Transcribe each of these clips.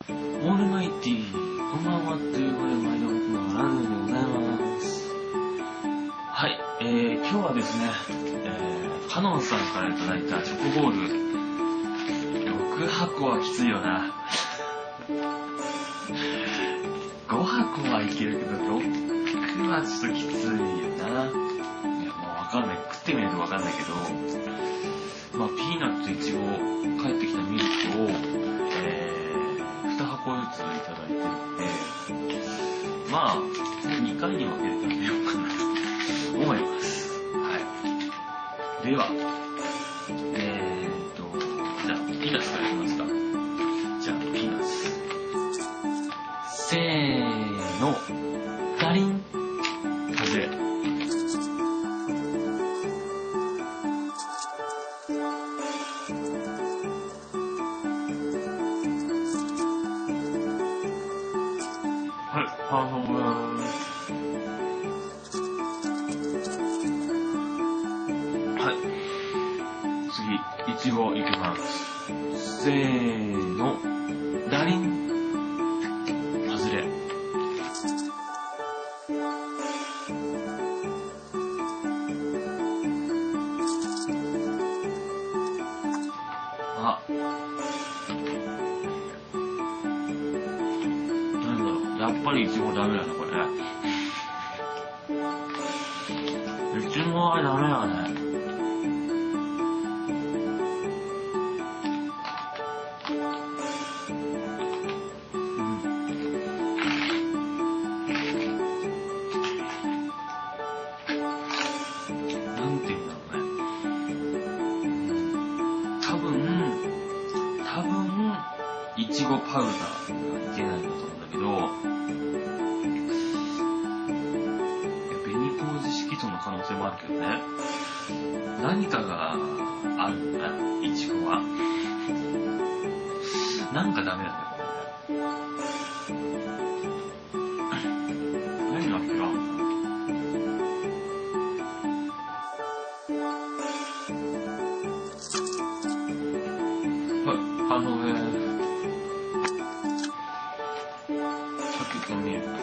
オールマイティー、こんばんはということで、毎度僕のランドでございます。はい、今日はですね、カノンさんからいただいたチョコボール、6箱はきついよな。5箱はいけるけど、6はちょっときついよな。いや、もうわかんない。食ってみないとわかんないけど、まあ、ピーナッツ、イチゴ、帰ってきたミルクを、2箱ずついただいてるんで、まあ、2回に分けて食べようかなと思います。はい。では、じゃあ、ピーナッツからいきますか。じゃあ、ピーナッツ。せーの、ガリン、風。はい、はい。次、いちごいきます。せーの、ダリン、外れ。あ、なんだろう、やっぱりいちごダメだね、これね。いちごはダメだね。なんていうんだろうね。多分、いちごパウダーがいけないんだと思うんだけど、紅麹色素の可能性もあるけどね。何かがあるんだ、いちごは。なんかダメだね、これね。何が違うんだろう。はい、さっきとミルク。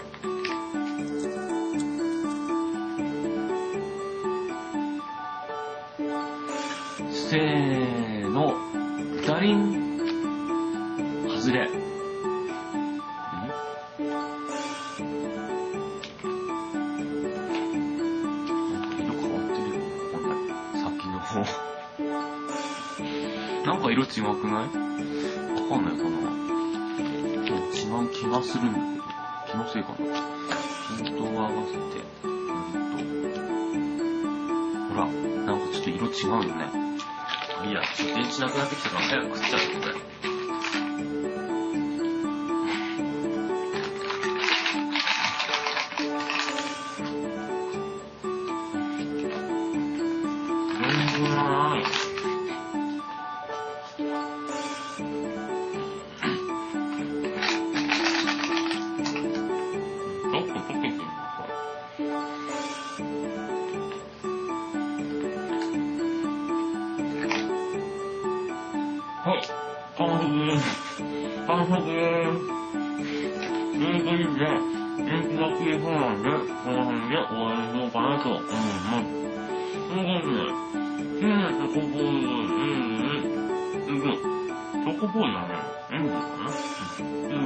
せーの、ダリン、外れ。なんか色変わってるよね、これ。先の方。なんか色違くない？わかんないかな。違う気がするんだけど。気のせいかな。ピントを合わせて。ほら、なんかちょっと色違うよね。いや、ちょっと電池なくなってきたから早く食っちゃってこれ。はい、完食です。完食です。ということで、電気が切れそうなんで、この辺で終わりにしようかなと思います。ということで、チョコボール、チョコボールだね。いいんですかね。